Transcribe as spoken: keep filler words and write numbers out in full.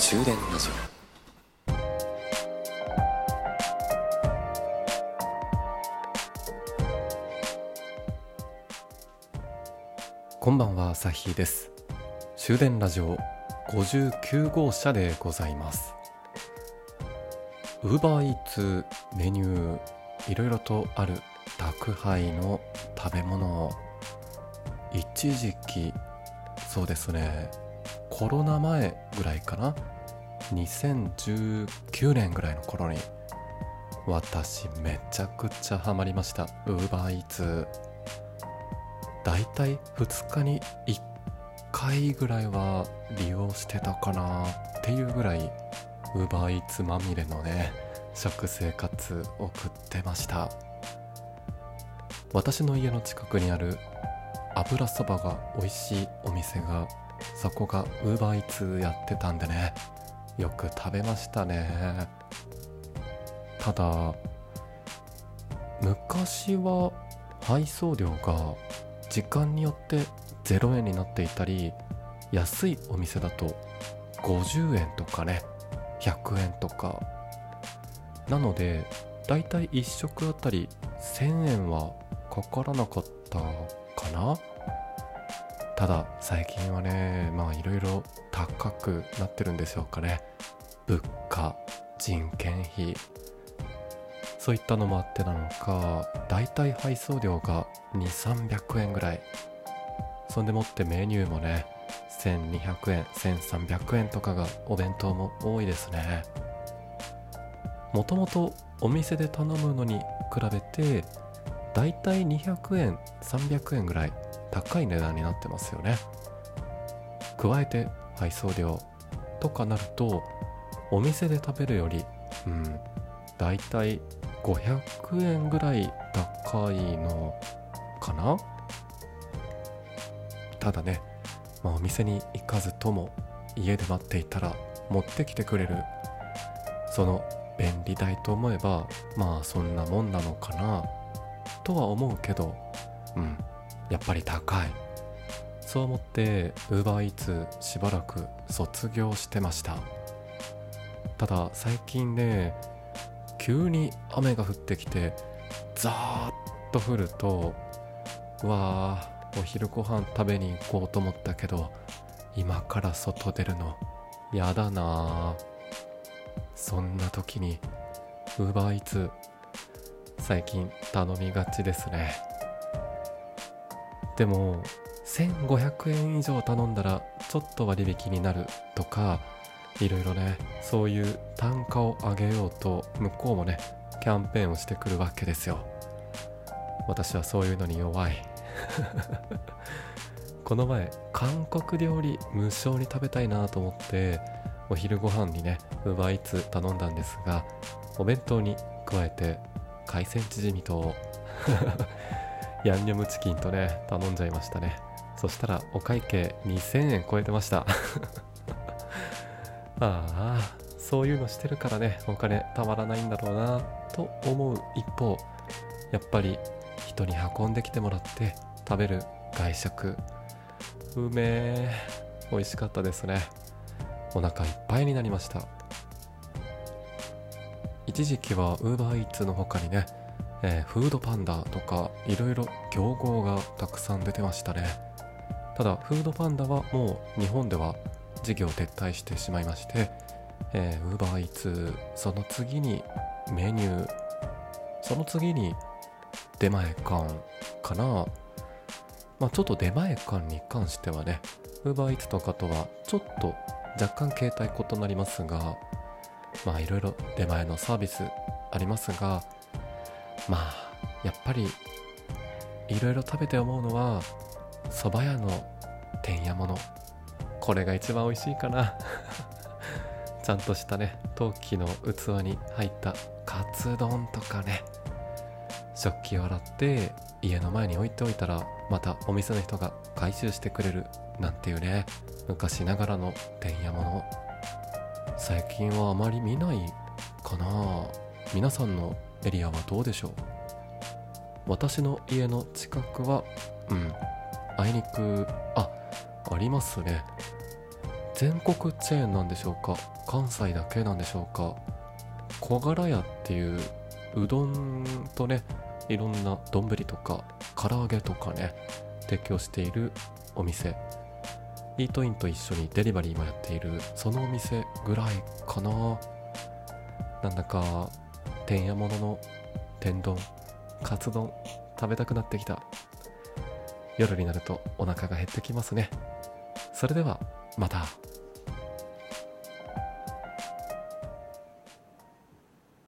終電ラジオ。こんばんは、さひです。終電ラジオごじゅうきゅう号車でございます。ウーバーイーツメニューいろいろとある宅配の食べ物、一時期そうですねコロナ前ぐらいかな、にせんじゅうきゅうねんぐらいの頃に私めちゃくちゃハマりました。ウーバーイーツだいたいふつかにいっかいぐらいは利用してたかなっていうぐらいウーバーイーツまみれのね食生活送ってました。私の家の近くにある油そばが美味しいお店が、そこがウーバーイーツやってたんでね、よく食べましたね。ただ昔は配送料が時間によってゼロえんになっていたり、安いお店だとごじゅうえんとかねひゃくえんとかなので、だいたいいっ食あたりせんえんはかからなかったかな。ただ最近はね、まあいろいろ高くなってるんでしょうかね。物価、人件費、そういったのもあってなのか、だいたい配送料がにせんさんびゃくえんぐらい。そんでもってメニューもねせんにひゃくえん、せんさんびゃくえんとかがお弁当も多いですね。もともとお店で頼むのに比べてだいたいにひゃくえん、さんびゃくえんぐらい高い値段になってますよね。加えて配送料とかなると、お店で食べるよりうんだいたいごひゃくえんぐらい高いのかな。ただね、まあ、お店に行かずとも家で待っていたら持ってきてくれる、その便利代と思えばまあそんなもんなのかなとは思うけど、うんやっぱり高い。そう思って UberEats しばらく卒業してました。ただ最近ね、急に雨が降ってきてザーッと降ると、うわーお昼ご飯食べに行こうと思ったけど今から外出るのやだな。そんな時に UberEats 最近頼みがちですね。でもせんごひゃくえん以上頼んだらちょっと割引になるとか、いろいろねそういう単価を上げようと向こうもねキャンペーンをしてくるわけですよ。私はそういうのに弱いこの前韓国料理無償に食べたいなと思ってお昼ご飯にね UberEats 頼んだんですが、お弁当に加えて海鮮チヂミとヤンニョムチキンとね頼んじゃいましたね。そしたらお会計にせんえん超えてましたああそういうのしてるからねお金たまらないんだろうなと思う一方、やっぱり人に運んできてもらって食べる外食、うめえ美味しかったですね。お腹いっぱいになりました。一時期は UberEats の他にね、えー、フードパンダとかいろいろ競合がたくさん出てましたね。ただフードパンダはもう日本では事業撤退してしまいまして、えー、UberEats その次にメニュー、その次に出前館かな。まあちょっと出前館に関してはね UberEats とかとはちょっと若干形態異なりますが、まあいろいろ出前のサービスありますが、まあやっぱりいろいろ食べて思うのは蕎麦屋の天屋物、これが一番美味しいかなちゃんとしたね陶器の器に入ったカツ丼とかね、食器を洗って家の前に置いておいたらまたお店の人が回収してくれるなんていうね昔ながらの天屋物、最近はあまり見ないかな。皆さんのエリアはどうでしょう。私の家の近くはうんあいにくあありますね。全国チェーンなんでしょうか。 関西だけなんでしょうか。小柄屋っていううどんとね、いろんな丼とか唐揚げとかね提供しているお店、イートインと一緒にデリバリーもやっているそのお店ぐらいかな。なんだか天屋物の天丼、カツ丼食べたくなってきた。夜になるとお腹が減ってきますね。それではまた。